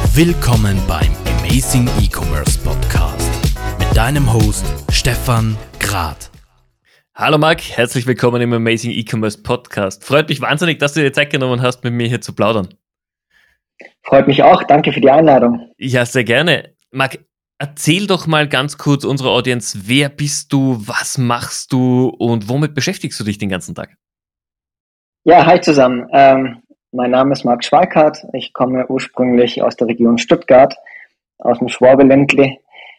Willkommen beim Amazing E-Commerce Podcast mit deinem Host Stefan Grad. Hallo Marc, herzlich willkommen im Amazing E-Commerce Podcast. Freut mich wahnsinnig, dass du dir Zeit genommen hast, mit mir hier zu plaudern. Freut mich auch, danke für die Einladung. Ja, sehr gerne. Marc, erzähl doch mal ganz kurz unserer Audience, wer bist du, was machst du und womit beschäftigst du dich den ganzen Tag? Ja, hi zusammen. Mein Name ist Marc Schweikart. Ich komme ursprünglich aus der Region Stuttgart, aus dem Schwabeländle.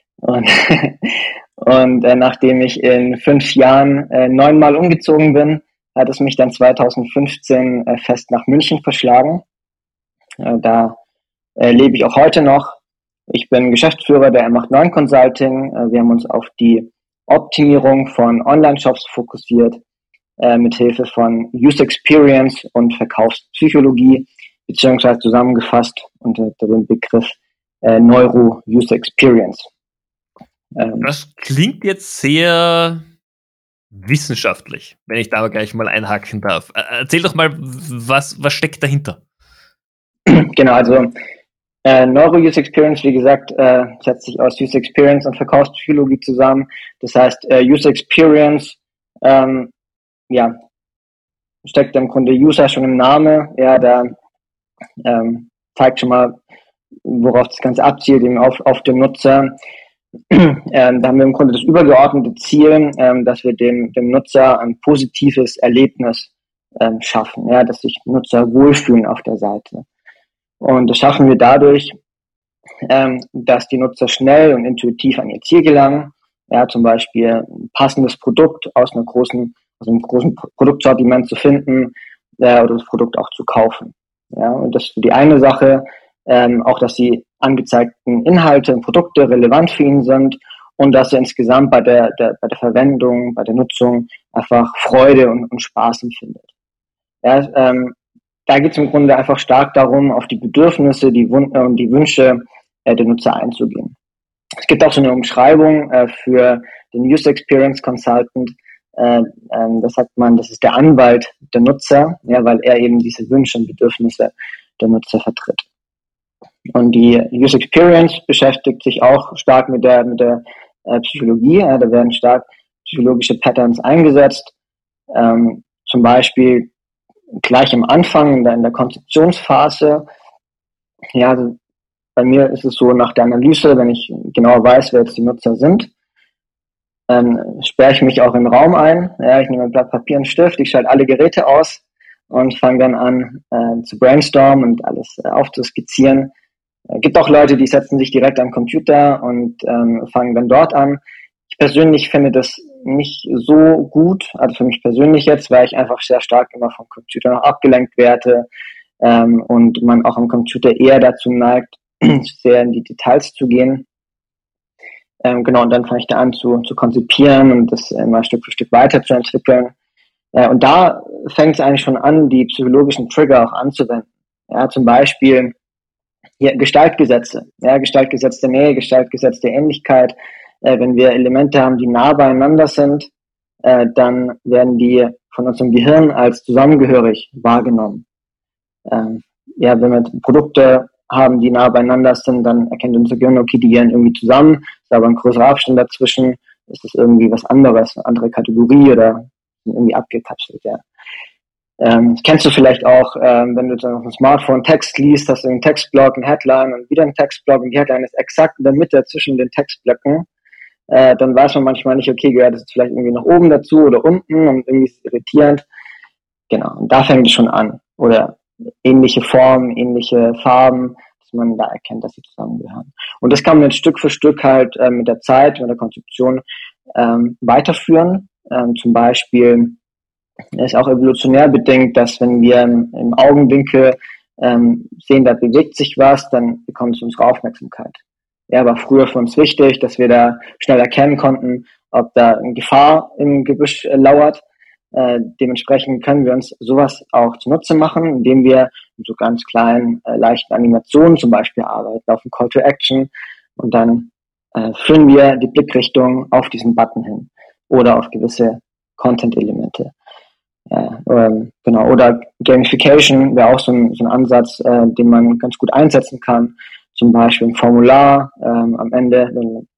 Und nachdem ich in 5 Jahren 9-mal umgezogen bin, hat es mich dann 2015 fest nach München verschlagen. Da lebe ich auch heute noch. Ich bin Geschäftsführer der M89 Consulting. Wir haben uns auf die Optimierung von Online-Shops fokussiert, mit Hilfe von User Experience und Verkaufspsychologie, beziehungsweise zusammengefasst unter dem Begriff Neuro User Experience. Das klingt jetzt sehr wissenschaftlich, wenn ich da aber gleich mal einhaken darf. Erzähl doch mal, was steckt dahinter? Genau, also Neuro User Experience, wie gesagt, setzt sich aus User Experience und Verkaufspsychologie zusammen. Das heißt, User Experience steckt im Grunde User schon im Namen. Ja, da zeigt schon mal, worauf das Ganze abzielt, eben auf den Nutzer. Da haben wir im Grunde das übergeordnete Ziel, dass wir dem Nutzer ein positives Erlebnis schaffen, ja, dass sich Nutzer wohlfühlen auf der Seite. Und das schaffen wir dadurch, dass die Nutzer schnell und intuitiv an ihr Ziel gelangen, ja, zum Beispiel ein passendes Produkt aus einem großen Produktsortiment zu finden oder das Produkt auch zu kaufen. Ja, und das ist die eine Sache, auch dass die angezeigten Inhalte und Produkte relevant für ihn sind und dass er insgesamt bei der Verwendung, bei der Nutzung einfach Freude und Spaß empfindet. Ja, da geht es im Grunde einfach stark darum, auf die Bedürfnisse und die Wünsche der Nutzer einzugehen. Es gibt auch so eine Umschreibung für den User Experience Consultant. Das sagt man, das ist der Anwalt der Nutzer, ja, weil er eben diese Wünsche und Bedürfnisse der Nutzer vertritt. Und die User Experience beschäftigt sich auch stark mit der Psychologie. Ja, da werden stark psychologische Patterns eingesetzt. Zum Beispiel gleich am Anfang in der Konzeptionsphase. Ja, also bei mir ist es so, nach der Analyse, wenn ich genau weiß, wer jetzt die Nutzer sind, sperre ich mich auch im Raum ein. Ja, ich nehme ein Blatt Papier und Stift, ich schalte alle Geräte aus und fange dann an zu brainstormen und alles aufzuskizzieren. Gibt auch Leute, die setzen sich direkt am Computer und fangen dann dort an. Ich persönlich finde das nicht so gut, also für mich persönlich jetzt, weil ich einfach sehr stark immer vom Computer noch abgelenkt werde und man auch am Computer eher dazu neigt, sehr in die Details zu gehen. Genau, und dann fange ich da an zu konzipieren und das immer Stück für Stück weiterzuentwickeln. Und da fängt es eigentlich schon an, die psychologischen Trigger auch anzuwenden. Ja, zum Beispiel hier Gestaltgesetze, ja, Gestaltgesetz der Nähe, Gestaltgesetz der Ähnlichkeit. Wenn wir Elemente haben, die nah beieinander sind, dann werden die von unserem Gehirn als zusammengehörig wahrgenommen. Wenn wir Produkte haben, die nah beieinander sind, dann erkennt unser Gehirn, okay, die gehören irgendwie zusammen, ist aber ein größerer Abstand dazwischen, ist es irgendwie was anderes, eine andere Kategorie oder irgendwie abgekapselt, ja. Kennst du vielleicht auch, wenn du dann auf dem Smartphone Text liest, hast du einen Textblock, einen Headline und wieder einen Textblock und die Headline ist exakt in der Mitte zwischen den Textblöcken, dann weiß man manchmal nicht, okay, gehört das jetzt vielleicht irgendwie nach oben dazu oder unten und irgendwie ist es irritierend. Genau, und da fängt es schon an. Oder ähnliche Formen, ähnliche Farben, dass man da erkennt, dass sie zusammengehören. Und das kann man jetzt Stück für Stück halt mit der Zeit, mit der Konzeption weiterführen. Zum Beispiel ist auch evolutionär bedingt, dass wenn wir im Augenwinkel sehen, da bewegt sich was, dann bekommt es unsere Aufmerksamkeit. Ja, war früher für uns wichtig, dass wir da schnell erkennen konnten, ob da eine Gefahr im Gebüsch lauert. Dementsprechend können wir uns sowas auch zunutze machen, indem wir mit so ganz kleinen, leichten Animationen zum Beispiel arbeiten, auf einen Call to Action und dann führen wir die Blickrichtung auf diesen Button hin oder auf gewisse Content-Elemente. Genau. Oder Gamification wäre auch so ein Ansatz, den man ganz gut einsetzen kann. zum Beispiel ein Formular am Ende,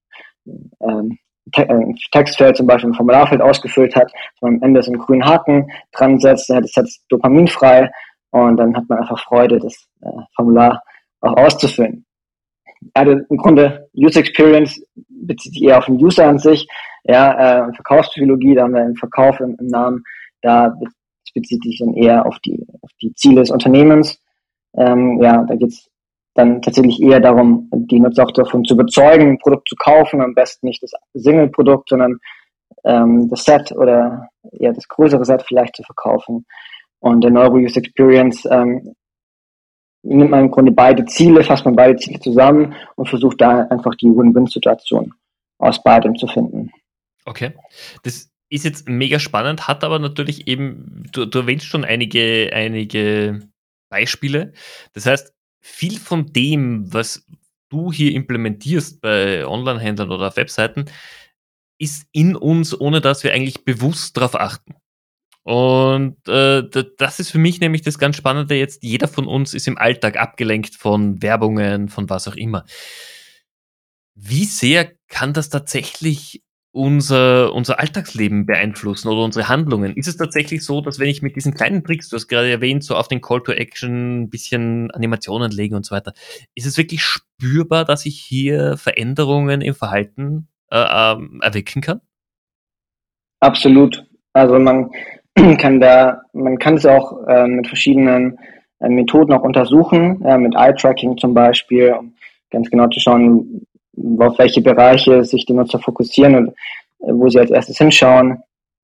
Textfeld zum Beispiel ein Formularfeld ausgefüllt hat, dass man am Ende so einen grünen Haken dran setzt, das setzt Dopamin frei und dann hat man einfach Freude, das Formular auch auszufüllen. Also im Grunde User Experience bezieht sich eher auf den User an sich, Verkaufspsychologie, da haben wir einen Verkauf im Namen, da bezieht sich dann eher auf die Ziele des Unternehmens. Da geht es dann tatsächlich eher darum, die Nutzer auch davon zu überzeugen, ein Produkt zu kaufen, am besten nicht das Single-Produkt, sondern das Set oder eher das größere Set vielleicht zu verkaufen. Und der Neuro-User Experience nimmt man im Grunde fasst man beide Ziele zusammen und versucht da einfach die Win-Win-Situation aus beidem zu finden. Okay, das ist jetzt mega spannend, hat aber natürlich eben, du erwähnst schon einige Beispiele. Das heißt, viel von dem, was du hier implementierst bei Online-Händlern oder auf Webseiten, ist in uns, ohne dass wir eigentlich bewusst darauf achten. Und das ist für mich nämlich das ganz Spannende jetzt. Jeder von uns ist im Alltag abgelenkt von Werbungen, von was auch immer. Wie sehr kann das tatsächlich unser Alltagsleben beeinflussen oder unsere Handlungen? Ist es tatsächlich so, dass wenn ich mit diesen kleinen Tricks, du hast gerade erwähnt, so auf den Call to Action ein bisschen Animationen lege und so weiter, ist es wirklich spürbar, dass ich hier Veränderungen im Verhalten erwecken kann? Absolut. Also man kann es auch mit verschiedenen Methoden auch untersuchen, mit Eye-Tracking zum Beispiel, um ganz genau zu schauen, auf welche Bereiche sich die Nutzer fokussieren und wo sie als erstes hinschauen.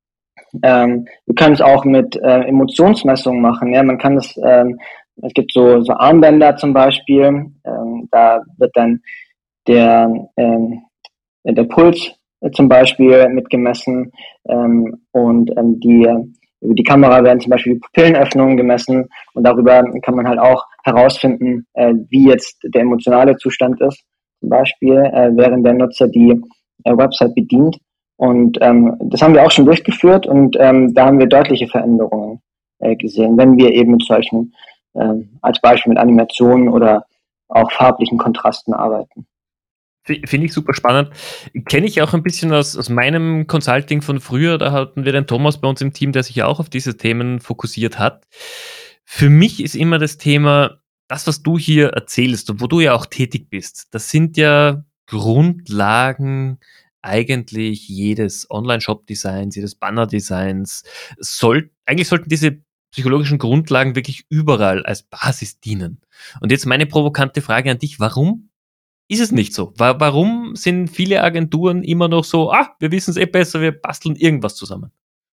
Wir können es auch mit Emotionsmessungen machen. Ja, man kann es gibt so Armbänder zum Beispiel, da wird dann der Puls zum Beispiel mitgemessen und über die Kamera werden zum Beispiel die Pupillenöffnungen gemessen und darüber kann man halt auch herausfinden, wie jetzt der emotionale Zustand ist, zum Beispiel während der Nutzer die Website bedient. Und das haben wir auch schon durchgeführt und da haben wir deutliche Veränderungen gesehen, wenn wir eben mit solchen, als Beispiel mit Animationen oder auch farblichen Kontrasten arbeiten. Finde ich super spannend. Kenne ich auch ein bisschen aus meinem Consulting von früher. Da hatten wir den Thomas bei uns im Team, der sich ja auch auf diese Themen fokussiert hat. Für mich ist immer das Thema, das, was du hier erzählst und wo du ja auch tätig bist, das sind ja Grundlagen eigentlich jedes Online-Shop-Designs, jedes Banner-Designs. Eigentlich sollten diese psychologischen Grundlagen wirklich überall als Basis dienen. Und jetzt meine provokante Frage an dich, warum ist es nicht so? Warum sind viele Agenturen immer noch so, wir wissen es besser, wir basteln irgendwas zusammen?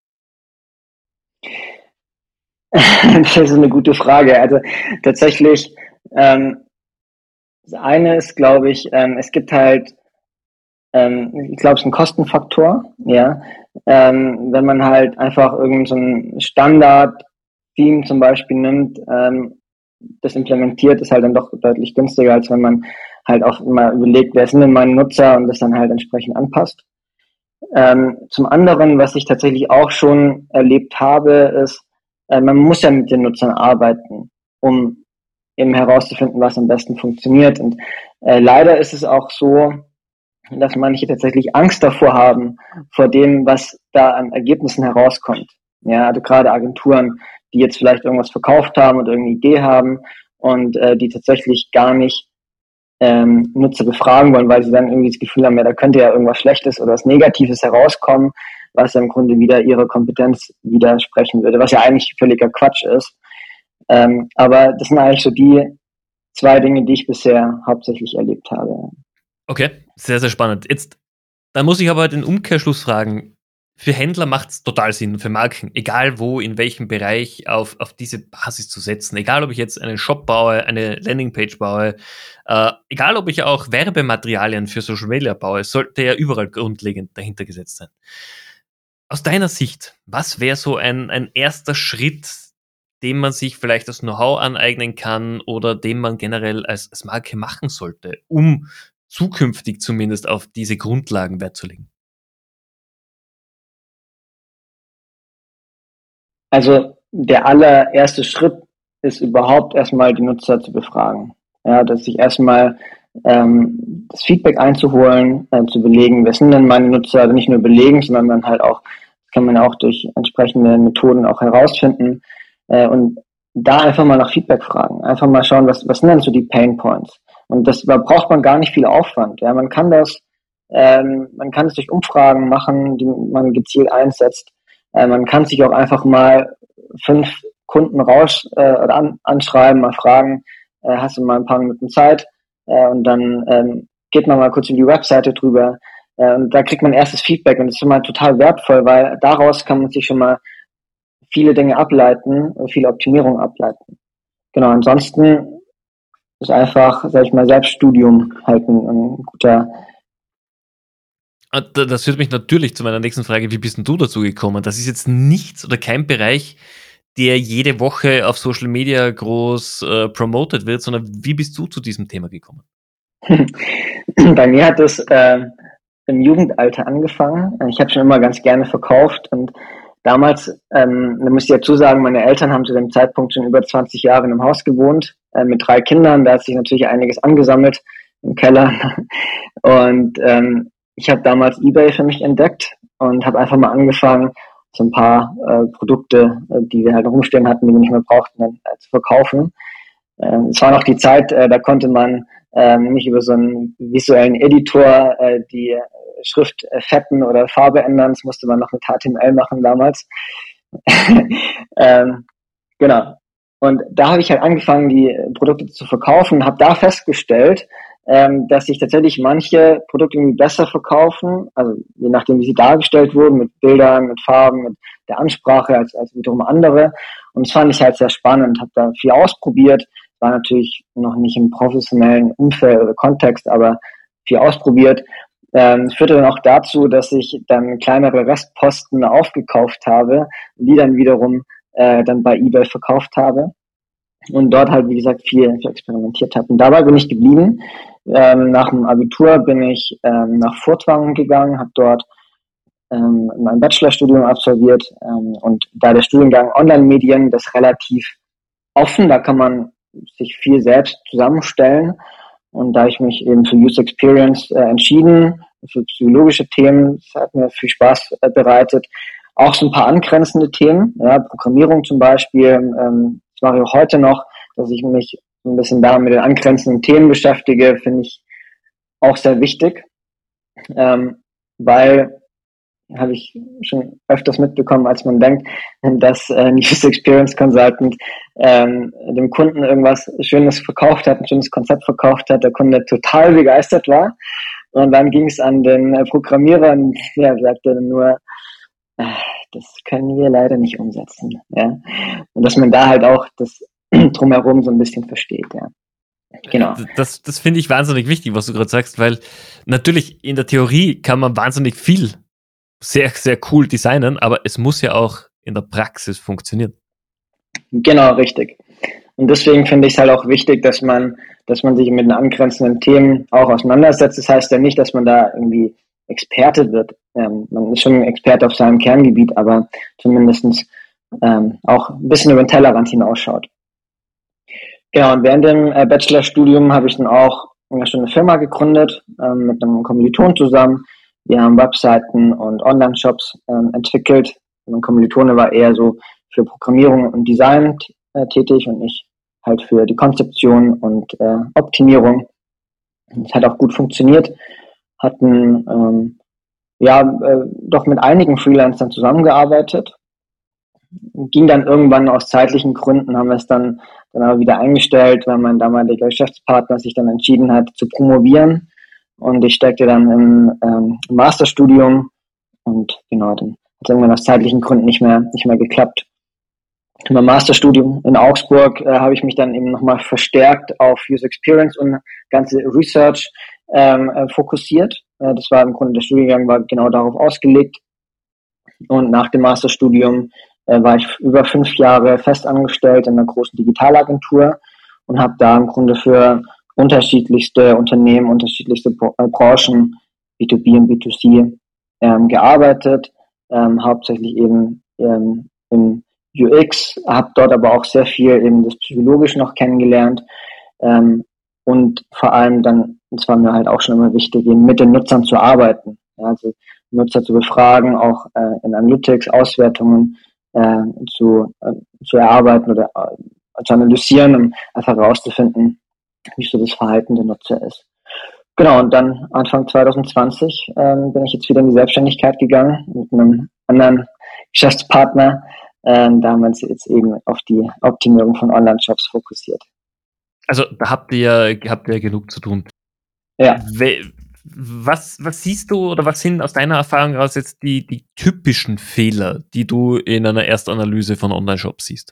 Das ist eine gute Frage. Also tatsächlich, das eine ist, glaube ich, es gibt halt, ich glaube, es ist ein Kostenfaktor, ja. Wenn man halt einfach irgendein so ein Standard-Theme zum Beispiel nimmt, das implementiert, ist halt dann doch deutlich günstiger, als wenn man halt auch mal überlegt, wer sind denn meine Nutzer und das dann halt entsprechend anpasst. Zum anderen, was ich tatsächlich auch schon erlebt habe, ist, man muss ja mit den Nutzern arbeiten, um eben herauszufinden, was am besten funktioniert. Und leider ist es auch so, dass manche tatsächlich Angst davor haben, vor dem, was da an Ergebnissen herauskommt. Ja, also gerade Agenturen, die jetzt vielleicht irgendwas verkauft haben oder irgendeine Idee haben und die tatsächlich gar nicht Nutzer befragen wollen, weil sie dann irgendwie das Gefühl haben, ja, da könnte ja irgendwas Schlechtes oder was Negatives herauskommen, was ja im Grunde wieder ihrer Kompetenz widersprechen würde, was ja eigentlich völliger Quatsch ist. Aber das sind eigentlich so die zwei Dinge, die ich bisher hauptsächlich erlebt habe. Okay, sehr, sehr spannend. Jetzt, da muss ich aber den Umkehrschluss fragen. Für Händler macht es total Sinn, für Marken, egal wo, in welchem Bereich, auf diese Basis zu setzen. Egal, ob ich jetzt einen Shop baue, eine Landingpage baue, egal, ob ich auch Werbematerialien für Social Media baue, es sollte ja überall grundlegend dahinter gesetzt sein. Aus deiner Sicht, was wäre so ein erster Schritt, den man sich vielleicht das Know-how aneignen kann oder den man generell als Marke machen sollte, um zukünftig zumindest auf diese Grundlagen Wert zu legen? Also der allererste Schritt ist überhaupt erstmal die Nutzer zu befragen. Ja, dass ich erstmal das Feedback einzuholen, zu belegen, wer sind denn meine Nutzer, also nicht nur belegen, sondern dann halt auch, das kann man auch durch entsprechende Methoden auch herausfinden, und da einfach mal nach Feedback fragen, einfach mal schauen, was sind denn so die Pain Points, und da braucht man gar nicht viel Aufwand, ja, man kann das durch Umfragen machen, die man gezielt einsetzt, man kann sich auch einfach mal 5 Kunden oder anschreiben, mal fragen, hast du mal ein paar Minuten Zeit, und dann geht man mal kurz über die Webseite drüber, und da kriegt man erstes Feedback, und das ist schon mal total wertvoll, weil daraus kann man sich schon mal viele Dinge ableiten, viele Optimierungen ableiten. Genau, ansonsten ist einfach, sag ich mal, Selbststudium halt ein guter. Das führt mich natürlich zu meiner nächsten Frage, wie bist denn du dazu gekommen? Das ist jetzt nichts oder kein Bereich, der jede Woche auf Social Media groß promoted wird, sondern wie bist du zu diesem Thema gekommen? Bei mir hat es im Jugendalter angefangen. Ich habe schon immer ganz gerne verkauft, und damals, da muss ich dazu sagen, meine Eltern haben zu dem Zeitpunkt schon über 20 Jahre in einem Haus gewohnt, mit 3 Kindern. Da hat sich natürlich einiges angesammelt im Keller. Und ich habe damals eBay für mich entdeckt und habe einfach mal angefangen, so ein paar Produkte, die wir halt rumstehen hatten, die wir nicht mehr brauchten, dann zu verkaufen. Es war noch die Zeit, da konnte man nicht über so einen visuellen Editor die Schrift fetten oder Farbe ändern. Das musste man noch mit HTML machen damals. Genau. Und da habe ich halt angefangen, die Produkte zu verkaufen, habe da festgestellt, dass sich tatsächlich manche Produkte irgendwie besser verkaufen, also je nachdem, wie sie dargestellt wurden, mit Bildern, mit Farben, mit der Ansprache, als wiederum andere. Und das fand ich halt sehr spannend, habe da viel ausprobiert, war natürlich noch nicht im professionellen Umfeld oder Kontext, aber viel ausprobiert. Führte dann auch dazu, dass ich dann kleinere Restposten aufgekauft habe, die dann wiederum dann bei eBay verkauft habe und dort halt, wie gesagt, viel experimentiert habe. Und dabei bin ich geblieben. Nach dem Abitur bin ich nach Furtwangen gegangen, habe dort mein Bachelorstudium absolviert, und da der Studiengang Online-Medien, das relativ offen, da kann man sich viel selbst zusammenstellen, und da ich mich eben für User Experience entschieden, für psychologische Themen, das hat mir viel Spaß bereitet, auch so ein paar angrenzende Themen, ja, Programmierung zum Beispiel, das mache ich auch heute noch, dass ich mich ein bisschen da mit den angrenzenden Themen beschäftige, finde ich auch sehr wichtig, weil habe ich schon öfters mitbekommen, als man denkt, dass ein User Experience Consultant dem Kunden irgendwas Schönes verkauft hat, ein schönes Konzept verkauft hat, der Kunde total begeistert war. Und dann ging es an den Programmierer, und ja, sagte dann nur, das können wir leider nicht umsetzen. Ja? Und dass man da halt auch das drumherum so ein bisschen versteht. Ja. Genau. Das finde ich wahnsinnig wichtig, was du gerade sagst, weil natürlich in der Theorie kann man wahnsinnig viel sehr, sehr cool designen, aber es muss ja auch in der Praxis funktionieren. Genau, richtig. Und deswegen finde ich es halt auch wichtig, dass man sich mit den angrenzenden Themen auch auseinandersetzt. Das heißt ja nicht, dass man da irgendwie Experte wird. Man ist schon ein Experte auf seinem Kerngebiet, aber zumindest auch ein bisschen über den Tellerrand hinausschaut. Genau, und während dem Bachelorstudium habe ich dann auch schon eine Firma gegründet, mit einem Kommiliton zusammen. Wir haben Webseiten und Online-Shops entwickelt. Mein Kommilitone war eher so für Programmierung und Design tätig und ich halt für die Konzeption und Optimierung. Das hat auch gut funktioniert. Hatten doch mit einigen Freelancern zusammengearbeitet. Ging dann irgendwann aus zeitlichen Gründen, haben wir es dann aber wieder eingestellt, weil mein damaliger Geschäftspartner sich dann entschieden hat zu promovieren. Und ich steckte dann im Masterstudium, und genau, dann hat es irgendwann aus zeitlichen Gründen nicht mehr geklappt. In meinem Masterstudium in Augsburg habe ich mich dann eben nochmal verstärkt auf User Experience und ganze Research fokussiert. Das war im Grunde, der Studiengang war genau darauf ausgelegt. Und nach dem Masterstudium war ich über 5 Jahre festangestellt in einer großen Digitalagentur und habe da im Grunde für unterschiedlichste Unternehmen, unterschiedlichste Branchen, B2B und B2C gearbeitet, hauptsächlich eben im UX, habe dort aber auch sehr viel eben das Psychologische noch kennengelernt und vor allem dann es war mir halt auch schon immer wichtig, eben mit den Nutzern zu arbeiten. Ja, also Nutzer zu befragen, auch in Analytics, Auswertungen zu erarbeiten oder zu analysieren, um einfach herauszufinden, wie so das Verhalten der Nutzer ist. Genau, und dann Anfang 2020 bin ich jetzt wieder in die Selbstständigkeit gegangen mit einem anderen Geschäftspartner. Da haben wir uns jetzt eben auf die Optimierung von Online-Shops fokussiert. Also da habt ihr genug zu tun. Ja. Was siehst du oder was sind aus deiner Erfahrung heraus jetzt die typischen Fehler, die du in einer Erstanalyse von Online-Shops siehst?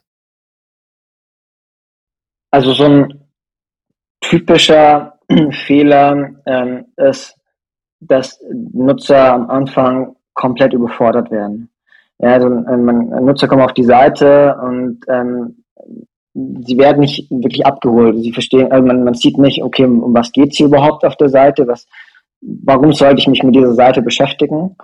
Also so ein typischer Fehler ist, dass Nutzer am Anfang komplett überfordert werden. Ja, also Nutzer kommen auf die Seite und sie werden nicht wirklich abgeholt. Sie verstehen, also man sieht nicht, okay, um was geht's hier überhaupt auf der Seite? Warum sollte ich mich mit dieser Seite beschäftigen?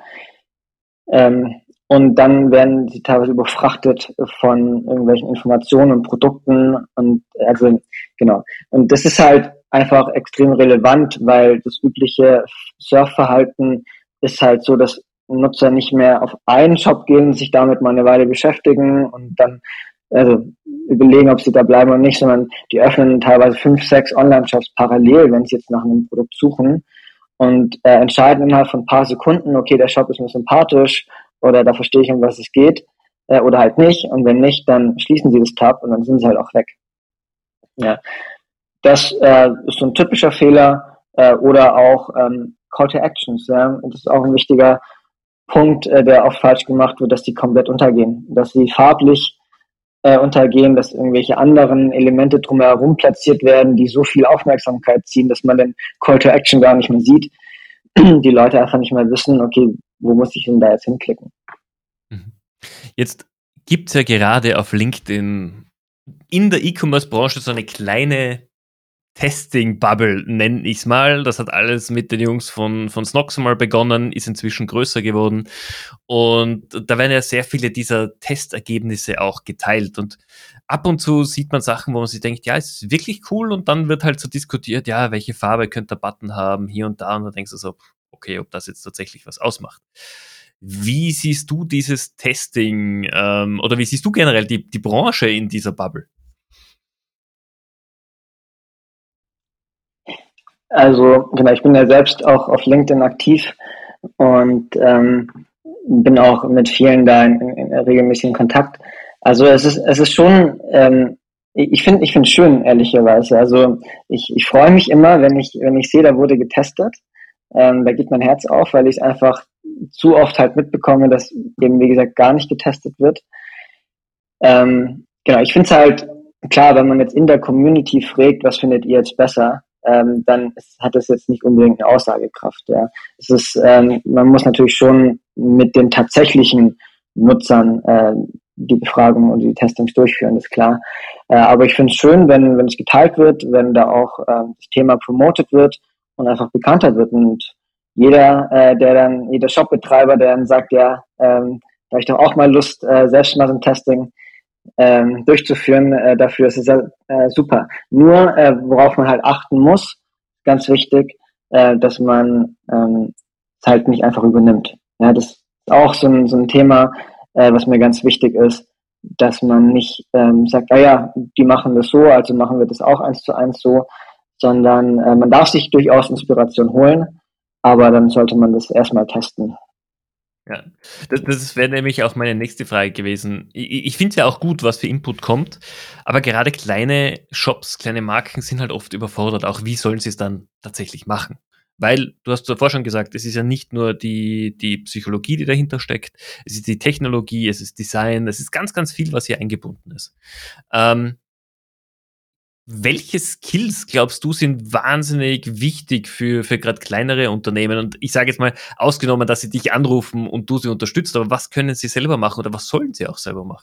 Und dann werden sie teilweise überfrachtet von irgendwelchen Informationen und Produkten und also genau. Und das ist halt einfach extrem relevant, weil das übliche Surfverhalten ist halt so, dass Nutzer nicht mehr auf einen Shop gehen, sich damit mal eine Weile beschäftigen und dann also überlegen, ob sie da bleiben oder nicht, sondern die öffnen teilweise 5, 6 Online-Shops parallel, wenn sie jetzt nach einem Produkt suchen und entscheiden innerhalb von ein paar Sekunden, okay, der Shop ist mir sympathisch oder da verstehe ich, um was es geht oder halt nicht. Und wenn nicht, dann schließen sie das Tab und dann sind sie halt auch weg. Ja, das ist so ein typischer Fehler oder auch Call to Actions. Ja, und das ist auch ein wichtiger Punkt, der oft falsch gemacht wird, dass die komplett untergehen, dass sie farblich untergehen, dass irgendwelche anderen Elemente drumherum platziert werden, die so viel Aufmerksamkeit ziehen, dass man den Call to Action gar nicht mehr sieht. Die Leute einfach nicht mehr wissen, okay, wo muss ich denn da jetzt hinklicken? Jetzt gibt es ja gerade auf LinkedIn in der E-Commerce-Branche so eine kleine Testing-Bubble, nenne ich es mal. Das hat alles mit den Jungs von Snox mal begonnen, ist inzwischen größer geworden. Und da werden ja sehr viele dieser Testergebnisse auch geteilt. Und ab und zu sieht man Sachen, wo man sich denkt, ja, ist wirklich cool. Und dann wird halt so diskutiert, ja, welche Farbe könnte der Button haben, hier und da. Und dann denkst du so, okay, ob das jetzt tatsächlich was ausmacht. Wie siehst du dieses Testing oder wie siehst du generell die Branche in dieser Bubble? Also, genau, ich bin ja selbst auch auf LinkedIn aktiv und bin auch mit vielen da in regelmäßigen Kontakt. Also es ist schon, ich finde es schön, ehrlicherweise. Also ich freue mich immer, wenn ich sehe, da wurde getestet. Da geht mein Herz auf, weil ich es einfach zu oft halt mitbekomme, dass eben, wie gesagt, gar nicht getestet wird. Genau, ich finde es halt klar, wenn man jetzt in der Community fragt, was findet ihr jetzt besser, dann hat es jetzt nicht unbedingt eine Aussagekraft. Ja. Es ist, man muss natürlich schon mit den tatsächlichen Nutzern die Befragung und die Testings durchführen, ist klar. Aber ich finde es schön, wenn es geteilt wird, wenn da auch das Thema promoted wird und einfach bekannter wird. Und jeder Shopbetreiber, der dann sagt, ja, da habe ich doch auch mal Lust, selbst mal so ein Testing durchzuführen, dafür ist es super. Nur, worauf man halt achten muss, ganz wichtig, dass man es halt nicht einfach übernimmt. Ja, das ist auch so ein Thema, was mir ganz wichtig ist, dass man nicht sagt, ja, die machen das so, also machen wir das auch 1:1 so, sondern man darf sich durchaus Inspiration holen, aber dann sollte man das erstmal testen. Ja, das wäre nämlich auch meine nächste Frage gewesen. Ich finde es ja auch gut, was für Input kommt, aber gerade kleine Shops, kleine Marken sind halt oft überfordert. Auch wie sollen sie es dann tatsächlich machen? Weil, du hast davor schon gesagt, es ist ja nicht nur die Psychologie, die dahinter steckt, es ist die Technologie, es ist Design, es ist ganz, ganz viel, was hier eingebunden ist. Welche Skills, glaubst du, sind wahnsinnig wichtig für gerade kleinere Unternehmen? Und ich sage jetzt mal, ausgenommen, dass sie dich anrufen und du sie unterstützt, aber was können sie selber machen oder was sollen sie auch selber machen?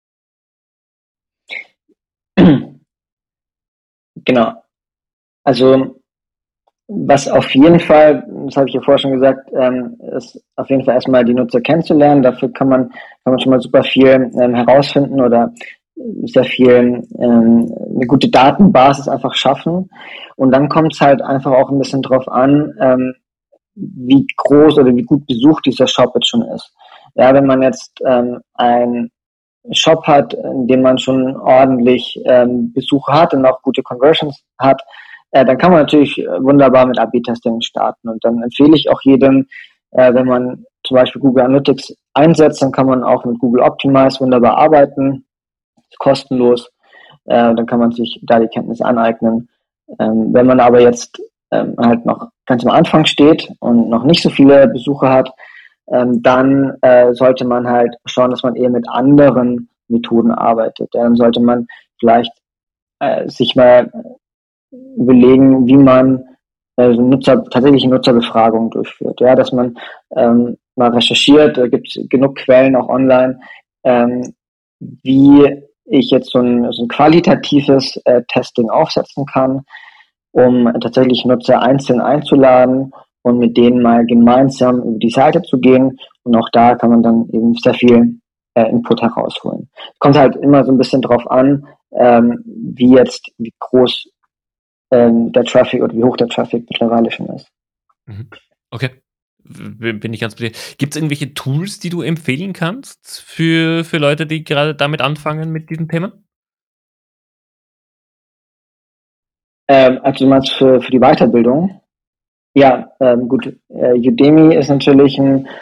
Genau. Also was auf jeden Fall, das habe ich ja vorher schon gesagt, ist auf jeden Fall erstmal die Nutzer kennenzulernen. Dafür kann man schon mal super viel herausfinden oder sehr viel eine gute Datenbasis einfach schaffen. Und dann kommt es halt einfach auch ein bisschen drauf an, wie groß oder wie gut besucht dieser Shop jetzt schon ist. Ja, wenn man jetzt einen Shop hat, in dem man schon ordentlich Besucher hat und auch gute Conversions hat, dann kann man natürlich wunderbar mit A/B-Testing starten. Und dann empfehle ich auch jedem, wenn man zum Beispiel Google Analytics einsetzt, dann kann man auch mit Google Optimize wunderbar arbeiten, ist kostenlos. Dann kann man sich da die Kenntnisse aneignen. Wenn man aber jetzt halt noch ganz am Anfang steht und noch nicht so viele Besucher hat, dann sollte man halt schauen, dass man eher mit anderen Methoden arbeitet. Dann sollte man vielleicht sich mal überlegen, wie man tatsächlich Nutzerbefragungen durchführt. Ja, dass man mal recherchiert, da gibt es genug Quellen auch online, wie ich jetzt so ein qualitatives Testing aufsetzen kann, um tatsächlich Nutzer einzeln einzuladen und mit denen mal gemeinsam über die Seite zu gehen. Und auch da kann man dann eben sehr viel Input herausholen. Kommt halt immer so ein bisschen drauf an, wie groß der Traffic oder wie hoch der Traffic mittlerweile schon ist. Okay. Bin ich ganz bei dir. Gibt es irgendwelche Tools, die du empfehlen kannst für Leute, die gerade damit anfangen mit diesem Thema? Also du meinst für die Weiterbildung? Ja, gut. Udemy ist natürlich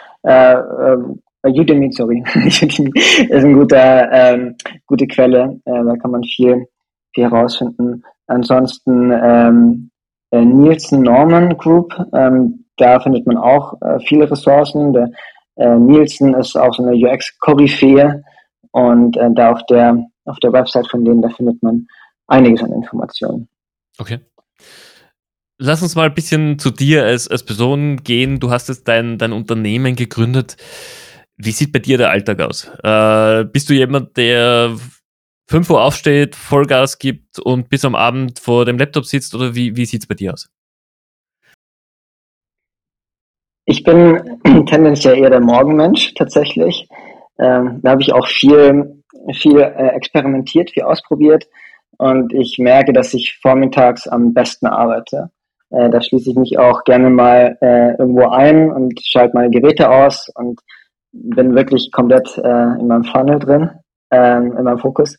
Udemy, sorry. Udemy ist eine gute Quelle. Da kann man viel herausfinden. Ansonsten Nielsen Norman Group, da findet man auch viele Ressourcen. Der Nielsen ist auch so eine UX-Koryphäe und da auf der Website von denen, da findet man einiges an Informationen. Okay. Lass uns mal ein bisschen zu dir als Person gehen. Du hast jetzt dein Unternehmen gegründet. Wie sieht bei dir der Alltag aus? Bist du jemand, der 5 Uhr aufsteht, Vollgas gibt und bis am Abend vor dem Laptop sitzt, oder wie sieht es bei dir aus? Ich bin tendenziell eher der Morgenmensch tatsächlich. Da habe ich auch viel experimentiert, viel ausprobiert und ich merke, dass ich vormittags am besten arbeite. Da schließe ich mich auch gerne mal irgendwo ein und schalte meine Geräte aus und bin wirklich komplett in meinem Funnel drin, in meinem Fokus.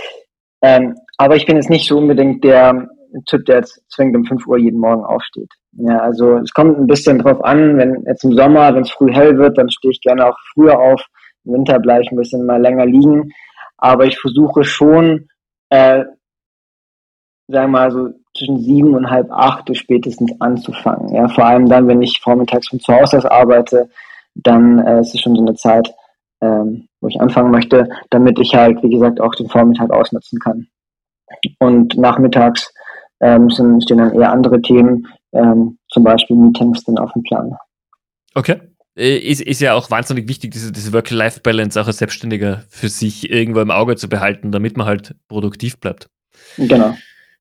Aber ich bin jetzt nicht so unbedingt der Typ, der jetzt zwingend um 5 Uhr jeden Morgen aufsteht. Ja, also es kommt ein bisschen drauf an, wenn jetzt im Sommer, wenn es früh hell wird, dann stehe ich gerne auch früher auf. Im Winter bleibe ich ein bisschen mal länger liegen. Aber ich versuche schon, sagen wir mal so zwischen 7 und halb 8 spätestens anzufangen. Ja, vor allem dann, wenn ich vormittags von zu Hause aus arbeite, dann ist es schon so eine Zeit, wo ich anfangen möchte, damit ich halt, wie gesagt, auch den Vormittag ausnutzen kann. Und nachmittags stehen dann eher andere Themen, zum Beispiel Meetings dann auf dem Plan. Okay. Ist ja auch wahnsinnig wichtig, diese Work-Life-Balance auch als Selbstständiger für sich irgendwo im Auge zu behalten, damit man halt produktiv bleibt. Genau.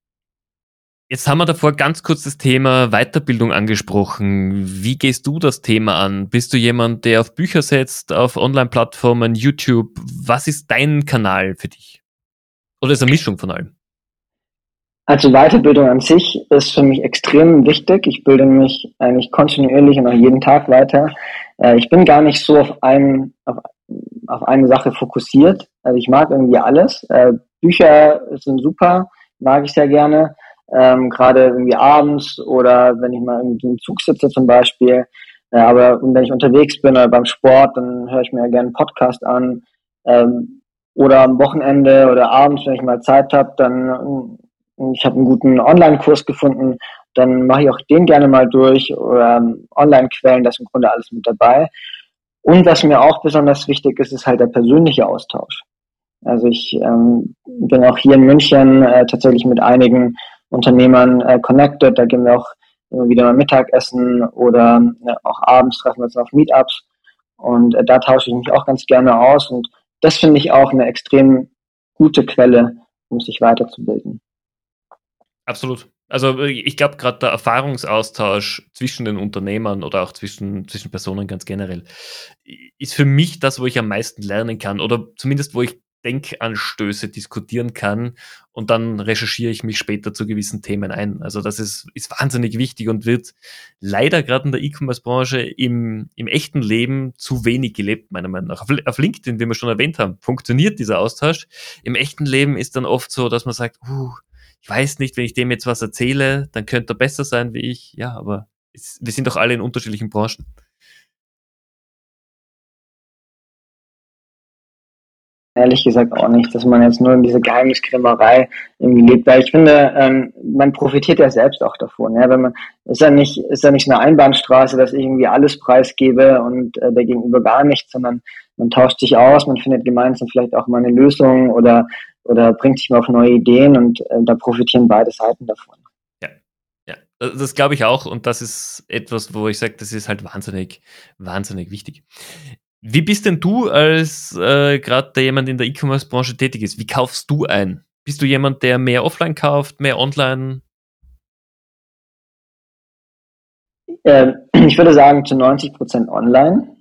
Jetzt haben wir davor ganz kurz das Thema Weiterbildung angesprochen. Wie gehst du das Thema an? Bist du jemand, der auf Bücher setzt, auf Online-Plattformen, YouTube? Was ist dein Kanal für dich? Oder ist eine Mischung von allem? Also Weiterbildung an sich ist für mich extrem wichtig. Ich bilde mich eigentlich kontinuierlich und auch jeden Tag weiter. Ich bin gar nicht so auf eine Sache fokussiert. Also ich mag irgendwie alles. Bücher sind super, mag ich sehr gerne. Gerade irgendwie abends oder wenn ich mal irgendwie im Zug sitze zum Beispiel. Aber wenn ich unterwegs bin oder beim Sport, dann höre ich mir gerne einen Podcast an. Oder am Wochenende oder abends, wenn ich mal Zeit habe, dann ich habe einen guten Online-Kurs gefunden, dann mache ich auch den gerne mal durch oder Online-Quellen, das ist im Grunde alles mit dabei. Und was mir auch besonders wichtig ist, ist halt der persönliche Austausch. Also ich bin auch hier in München tatsächlich mit einigen Unternehmern connected, da gehen wir auch immer wieder mal Mittagessen oder auch abends treffen wir uns auf Meetups und da tausche ich mich auch ganz gerne aus und das finde ich auch eine extrem gute Quelle, um sich weiterzubilden. Absolut. Also ich glaube, gerade der Erfahrungsaustausch zwischen den Unternehmern oder auch zwischen Personen ganz generell ist für mich das, wo ich am meisten lernen kann oder zumindest wo ich Denkanstöße diskutieren kann und dann recherchiere ich mich später zu gewissen Themen ein. Also das ist wahnsinnig wichtig und wird leider gerade in der E-Commerce-Branche im echten Leben zu wenig gelebt, meiner Meinung nach. Auf LinkedIn, wie wir schon erwähnt haben, funktioniert dieser Austausch. Im echten Leben ist dann oft so, dass man sagt, ich weiß nicht, wenn ich dem jetzt was erzähle, dann könnte er besser sein wie ich. Ja, aber wir sind doch alle in unterschiedlichen Branchen. Ehrlich gesagt auch nicht, dass man jetzt nur in diese Geheimniskrämerei irgendwie lebt, weil ich finde, man profitiert ja selbst auch davon. Ja, wenn man ist ja nicht eine Einbahnstraße, dass ich irgendwie alles preisgebe und der Gegenüber gar nichts, sondern man tauscht sich aus, man findet gemeinsam vielleicht auch mal eine Lösung oder bringt sich mal auf neue Ideen und da profitieren beide Seiten davon. Ja, das glaube ich auch und das ist etwas, wo ich sage, das ist halt wahnsinnig, wahnsinnig wichtig. Wie bist denn du als gerade jemand in der E-Commerce-Branche tätig ist? Wie kaufst du ein? Bist du jemand, der mehr offline kauft, mehr online? Ich würde sagen zu 90% online.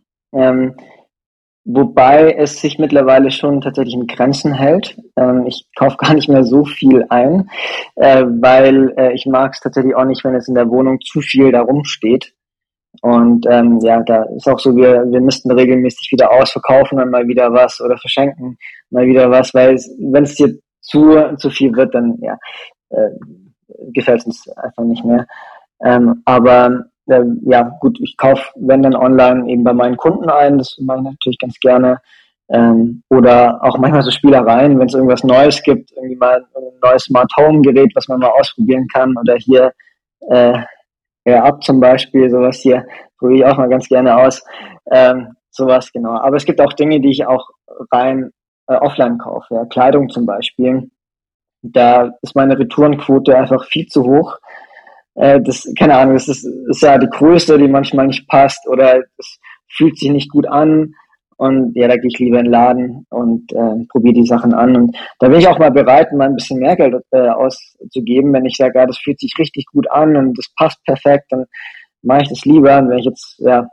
Wobei es sich mittlerweile schon tatsächlich in Grenzen hält. Ich kaufe gar nicht mehr so viel ein, weil ich mag es tatsächlich auch nicht, wenn es in der Wohnung zu viel da rumsteht. Und ja, da ist auch so, wir müssten regelmäßig wieder ausverkaufen, dann mal wieder was oder verschenken, mal wieder was, weil wenn es dir zu viel wird, dann ja, gefällt es uns einfach nicht mehr. Aber ja, gut, ich kaufe, wenn dann online eben bei meinen Kunden ein, das mache ich natürlich ganz gerne. Oder auch manchmal so Spielereien, wenn es irgendwas Neues gibt, irgendwie mal ein neues Smart Home Gerät, was man mal ausprobieren kann. Oder hier Ab zum Beispiel, sowas hier probiere ich auch mal ganz gerne aus. Sowas, genau. Aber es gibt auch Dinge, die ich auch rein offline kaufe. Ja. Kleidung zum Beispiel. Da ist meine Retourenquote einfach viel zu hoch. Keine Ahnung, das ist ja die Größe, die manchmal nicht passt oder es fühlt sich nicht gut an. Und ja, da gehe ich lieber in den Laden und probiere die Sachen an. Und da bin ich auch mal bereit, mal ein bisschen mehr Geld auszugeben. Wenn ich sage, ja, das fühlt sich richtig gut an und das passt perfekt, dann mache ich das lieber. Und wenn ich jetzt, ja,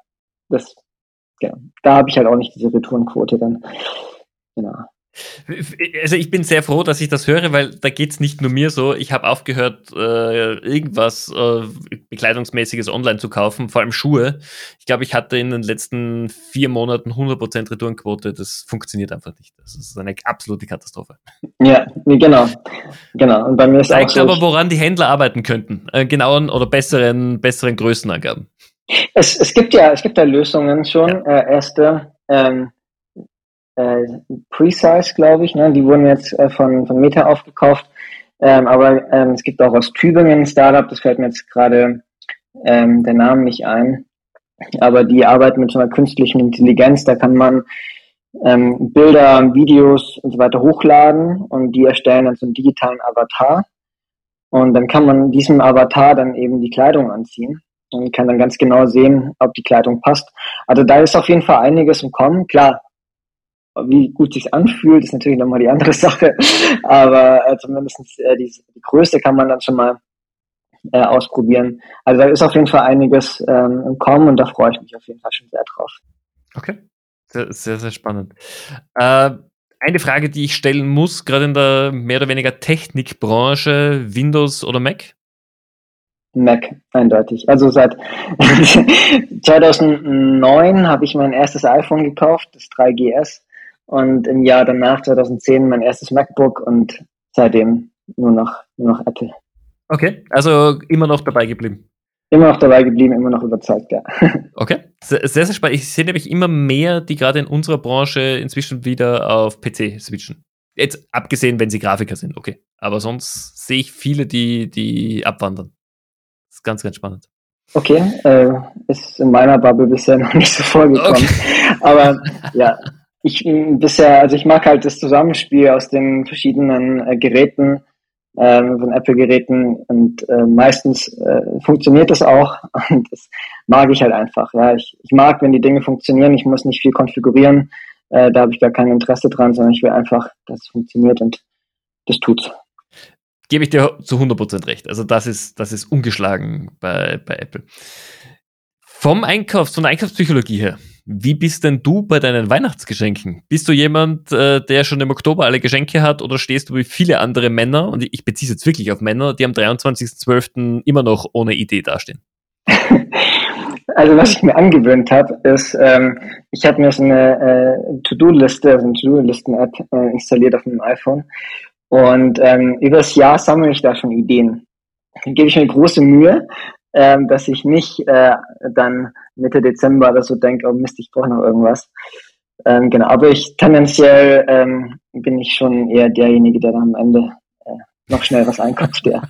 da habe ich halt auch nicht diese Retourenquote dann. Genau. Also ich bin sehr froh, dass ich das höre, weil da geht's nicht nur mir so. Ich habe aufgehört, irgendwas Bekleidungsmäßiges online zu kaufen, vor allem Schuhe. Ich glaube, ich hatte in den letzten 4 Monaten 100% Retourenquote. Das funktioniert einfach nicht. Das ist eine absolute Katastrophe. Ja, genau. Und bei mir ist Zeigt auch so, aber, woran die Händler arbeiten könnten. Genauen oder besseren Größenangaben. Es gibt ja Lösungen schon. Erste Precise, glaube ich, ne? Die wurden jetzt von Meta aufgekauft. Aber es gibt auch aus Tübingen ein Startup, das fällt mir jetzt gerade der Name nicht ein. Aber die arbeiten mit so einer künstlichen Intelligenz. Da kann man Bilder, Videos und so weiter hochladen und die erstellen dann so einen digitalen Avatar. Und dann kann man diesem Avatar dann eben die Kleidung anziehen und kann dann ganz genau sehen, ob die Kleidung passt. Also da ist auf jeden Fall einiges im Kommen. Klar, wie gut sich's anfühlt, ist natürlich nochmal die andere Sache. Aber zumindest die Größe kann man dann schon mal ausprobieren. Also da ist auf jeden Fall einiges im Kommen und da freue ich mich auf jeden Fall schon sehr drauf. Okay, sehr, sehr, sehr spannend. Eine Frage, die ich stellen muss, gerade in der mehr oder weniger Technikbranche, Windows oder Mac? Mac, eindeutig. Also seit 2009 habe ich mein erstes iPhone gekauft, das 3GS. Und im Jahr danach, 2010, mein erstes MacBook und seitdem nur noch Apple. Okay, also immer noch dabei geblieben. Immer noch dabei geblieben, immer noch überzeugt, ja. Okay, sehr, sehr spannend. Ich sehe nämlich immer mehr, die gerade in unserer Branche inzwischen wieder auf PC switchen. Jetzt abgesehen, wenn sie Grafiker sind, okay. Aber sonst sehe ich viele, die abwandern. Das ist ganz, ganz spannend. Okay, ist in meiner Bubble bisher noch nicht so vorgekommen. Okay. Aber ja, ich mag halt das Zusammenspiel aus den verschiedenen Geräten, von Apple-Geräten und meistens funktioniert das auch und das mag ich halt einfach. Ja, ich mag, wenn die Dinge funktionieren, ich muss nicht viel konfigurieren, da habe ich gar kein Interesse dran, sondern ich will einfach, dass es funktioniert und das tut's. Gebe ich dir zu 100% recht. Also das ist ungeschlagen bei Apple. Von der Einkaufspsychologie her, Wie bist denn du bei deinen Weihnachtsgeschenken? Bist du jemand, der schon im Oktober alle Geschenke hat, oder stehst du wie viele andere Männer, und ich beziehe es jetzt wirklich auf Männer, die am 23.12. immer noch ohne Idee dastehen? Also was ich mir angewöhnt habe, ist, ich habe mir so eine To-Do-Liste, also eine To-Do-Listen-App installiert auf meinem iPhone, und über das Jahr sammle ich da schon Ideen. Dann gebe ich mir große Mühe, dass ich nicht dann Mitte Dezember oder so denke, oh Mist, ich brauche noch irgendwas. Genau, aber tendenziell bin ich schon eher derjenige, der dann am Ende noch schnell was einkauft, ja.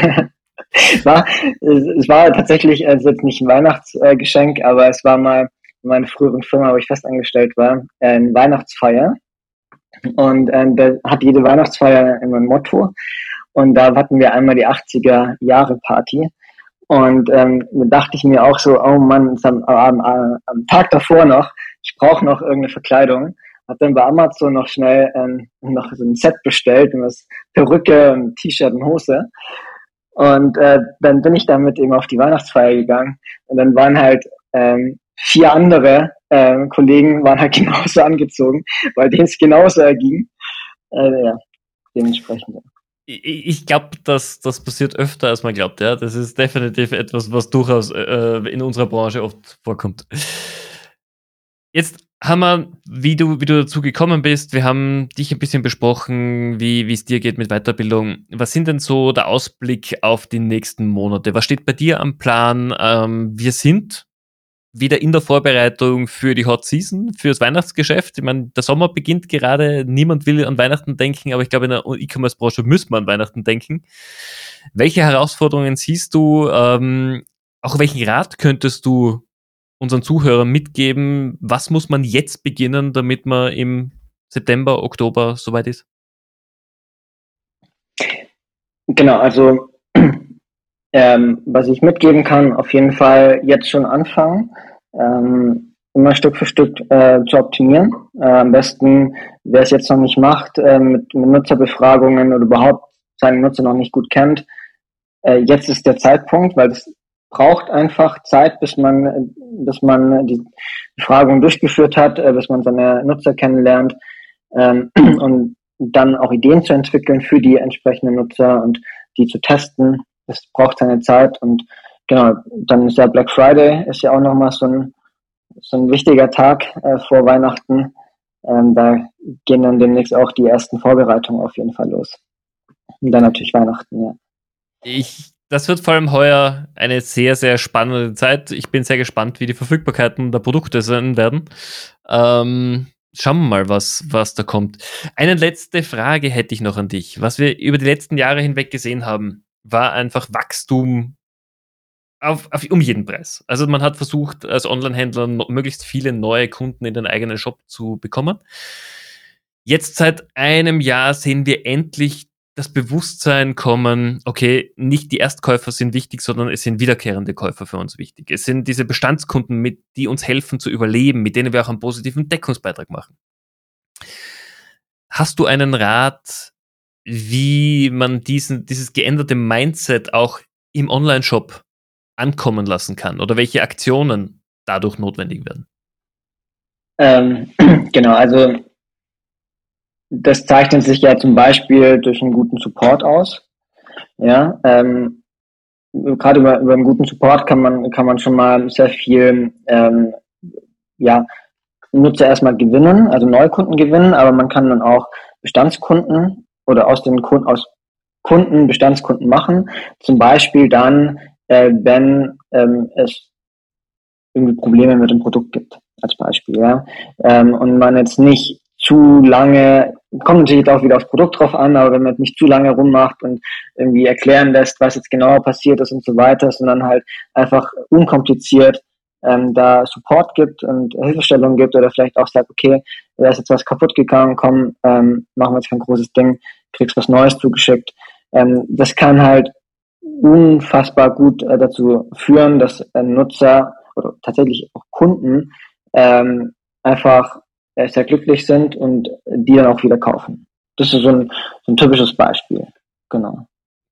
Es war tatsächlich jetzt nicht ein Weihnachtsgeschenk, aber es war mal in meiner früheren Firma, wo ich fest angestellt war, eine Weihnachtsfeier. Und da hat jede Weihnachtsfeier immer ein Motto. Und da hatten wir einmal die 80er-Jahre-Party. Und da dachte ich mir auch so, oh Mann, am Tag davor noch, ich brauche noch irgendeine Verkleidung. Hab dann bei Amazon noch schnell noch so ein Set bestellt, und das Perücke und T-Shirt und Hose. Und dann bin ich damit eben auf die Weihnachtsfeier gegangen. Und dann waren halt 4 andere Kollegen waren halt genauso angezogen, weil denen es genauso erging. Ja, dementsprechend. Ich glaube, das passiert öfter, als man glaubt. Ja, das ist definitiv etwas, was durchaus in unserer Branche oft vorkommt. Jetzt haben wir, wie du dazu gekommen bist, wir haben dich ein bisschen besprochen, wie es dir geht mit Weiterbildung. Was sind denn so der Ausblick auf die nächsten Monate? Was steht bei dir am Plan? Wir sind wieder in der Vorbereitung für die Hot Season, für das Weihnachtsgeschäft. Ich meine, der Sommer beginnt gerade, niemand will an Weihnachten denken, aber ich glaube, in der E-Commerce-Branche müssen wir an Weihnachten denken. Welche Herausforderungen siehst du? Auch welchen Rat könntest du unseren Zuhörern mitgeben? Was muss man jetzt beginnen, damit man im September, Oktober soweit ist? Genau, also was ich mitgeben kann, auf jeden Fall jetzt schon anfangen, immer Stück für Stück zu optimieren. Am besten, wer es jetzt noch nicht macht, mit Nutzerbefragungen oder überhaupt seine Nutzer noch nicht gut kennt, jetzt ist der Zeitpunkt, weil es braucht einfach Zeit, bis man die Befragung durchgeführt hat, bis man seine Nutzer kennenlernt, und dann auch Ideen zu entwickeln für die entsprechenden Nutzer und die zu testen. Das braucht seine Zeit, und genau, dann ist ja Black Friday, ist ja auch nochmal so ein wichtiger Tag vor Weihnachten. Da gehen dann demnächst auch die ersten Vorbereitungen auf jeden Fall los. Und dann natürlich Weihnachten, ja. Das wird vor allem heuer eine sehr, sehr spannende Zeit. Ich bin sehr gespannt, wie die Verfügbarkeiten der Produkte sein werden. Schauen wir mal, was da kommt. Eine letzte Frage hätte ich noch an dich. Was wir über die letzten Jahre hinweg gesehen haben, war einfach Wachstum um jeden Preis. Also man hat versucht, als Online-Händler möglichst viele neue Kunden in den eigenen Shop zu bekommen. Jetzt seit einem Jahr sehen wir endlich das Bewusstsein kommen, okay, nicht die Erstkäufer sind wichtig, sondern es sind wiederkehrende Käufer für uns wichtig. Es sind diese Bestandskunden, die uns helfen zu überleben, mit denen wir auch einen positiven Deckungsbeitrag machen. Hast du einen Rat, wie man dieses geänderte Mindset auch im Online-Shop ankommen lassen kann, oder welche Aktionen dadurch notwendig werden? Genau, also das zeichnet sich ja zum Beispiel durch einen guten Support aus. Ja, gerade über einen guten Support kann man schon mal sehr viel Nutzer erstmal gewinnen, also Neukunden gewinnen, aber man kann dann auch Bestandskunden oder aus Kunden Bestandskunden machen. Zum Beispiel dann, wenn es irgendwie Probleme mit dem Produkt gibt, als Beispiel, ja. Und man jetzt nicht zu lange, kommt natürlich jetzt auch wieder aufs Produkt drauf an, aber wenn man nicht zu lange rummacht und irgendwie erklären lässt, was jetzt genau passiert ist und so weiter, sondern halt einfach unkompliziert da Support gibt und Hilfestellung gibt, oder vielleicht auch sagt, okay, da ist jetzt was kaputt gegangen, komm, machen wir jetzt kein großes Ding, kriegst was Neues zugeschickt. Das kann halt unfassbar gut dazu führen, dass Nutzer oder tatsächlich auch Kunden einfach sehr glücklich sind und die dann auch wieder kaufen. Das ist so ein typisches Beispiel, genau.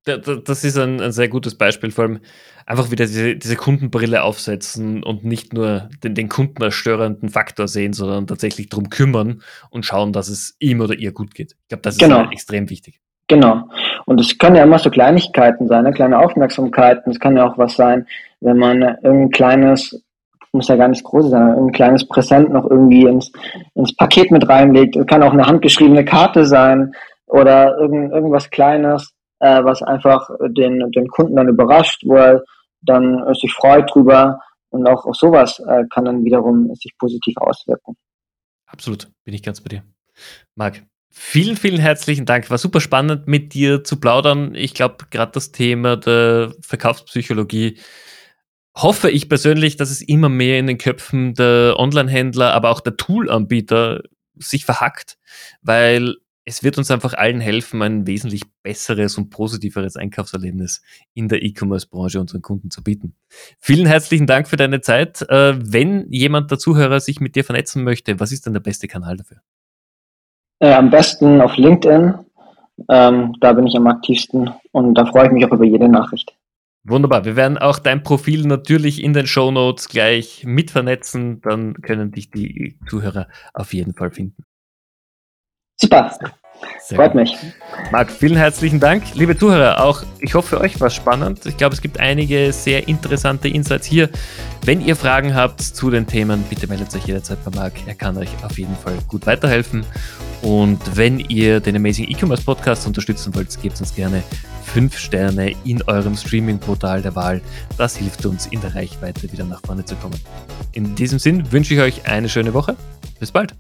Das ist ein sehr gutes Beispiel, vor allem einfach wieder diese Kundenbrille aufsetzen und nicht nur den Kunden als störenden Faktor sehen, sondern tatsächlich darum kümmern und schauen, dass es ihm oder ihr gut geht. Ich glaube, das ist extrem wichtig. Genau. Und es können ja immer so Kleinigkeiten sein, ne? Kleine Aufmerksamkeiten. Es kann ja auch was sein, wenn man irgendein kleines, muss ja gar nicht groß sein, irgendein kleines Präsent noch irgendwie ins Paket mit reinlegt. Es kann auch eine handgeschriebene Karte sein oder irgendwas Kleines, was einfach den Kunden dann überrascht, wo er dann sich freut drüber. Und auch sowas kann dann wiederum sich positiv auswirken. Absolut, bin ich ganz bei dir. Marc, vielen, vielen herzlichen Dank. War super spannend, mit dir zu plaudern. Ich glaube, gerade das Thema der Verkaufspsychologie hoffe ich persönlich, dass es immer mehr in den Köpfen der Online-Händler, aber auch der Tool-Anbieter sich verhackt, weil es wird uns einfach allen helfen, ein wesentlich besseres und positiveres Einkaufserlebnis in der E-Commerce-Branche unseren Kunden zu bieten. Vielen herzlichen Dank für deine Zeit. Wenn jemand der Zuhörer sich mit dir vernetzen möchte, was ist denn der beste Kanal dafür? Am besten auf LinkedIn. Da bin ich am aktivsten und da freue ich mich auch über jede Nachricht. Wunderbar. Wir werden auch dein Profil natürlich in den Shownotes gleich mit vernetzen. Dann können dich die Zuhörer auf jeden Fall finden. Super. Freut mich. Marc, vielen herzlichen Dank. Liebe Zuhörer, auch ich hoffe, für euch war es spannend. Ich glaube, es gibt einige sehr interessante Insights hier. Wenn ihr Fragen habt zu den Themen, bitte meldet euch jederzeit bei Marc. Er kann euch auf jeden Fall gut weiterhelfen. Und wenn ihr den Amazing E-Commerce Podcast unterstützen wollt, gebt uns gerne 5 Sterne in eurem Streaming-Portal der Wahl. Das hilft uns, in der Reichweite wieder nach vorne zu kommen. In diesem Sinn wünsche ich euch eine schöne Woche. Bis bald.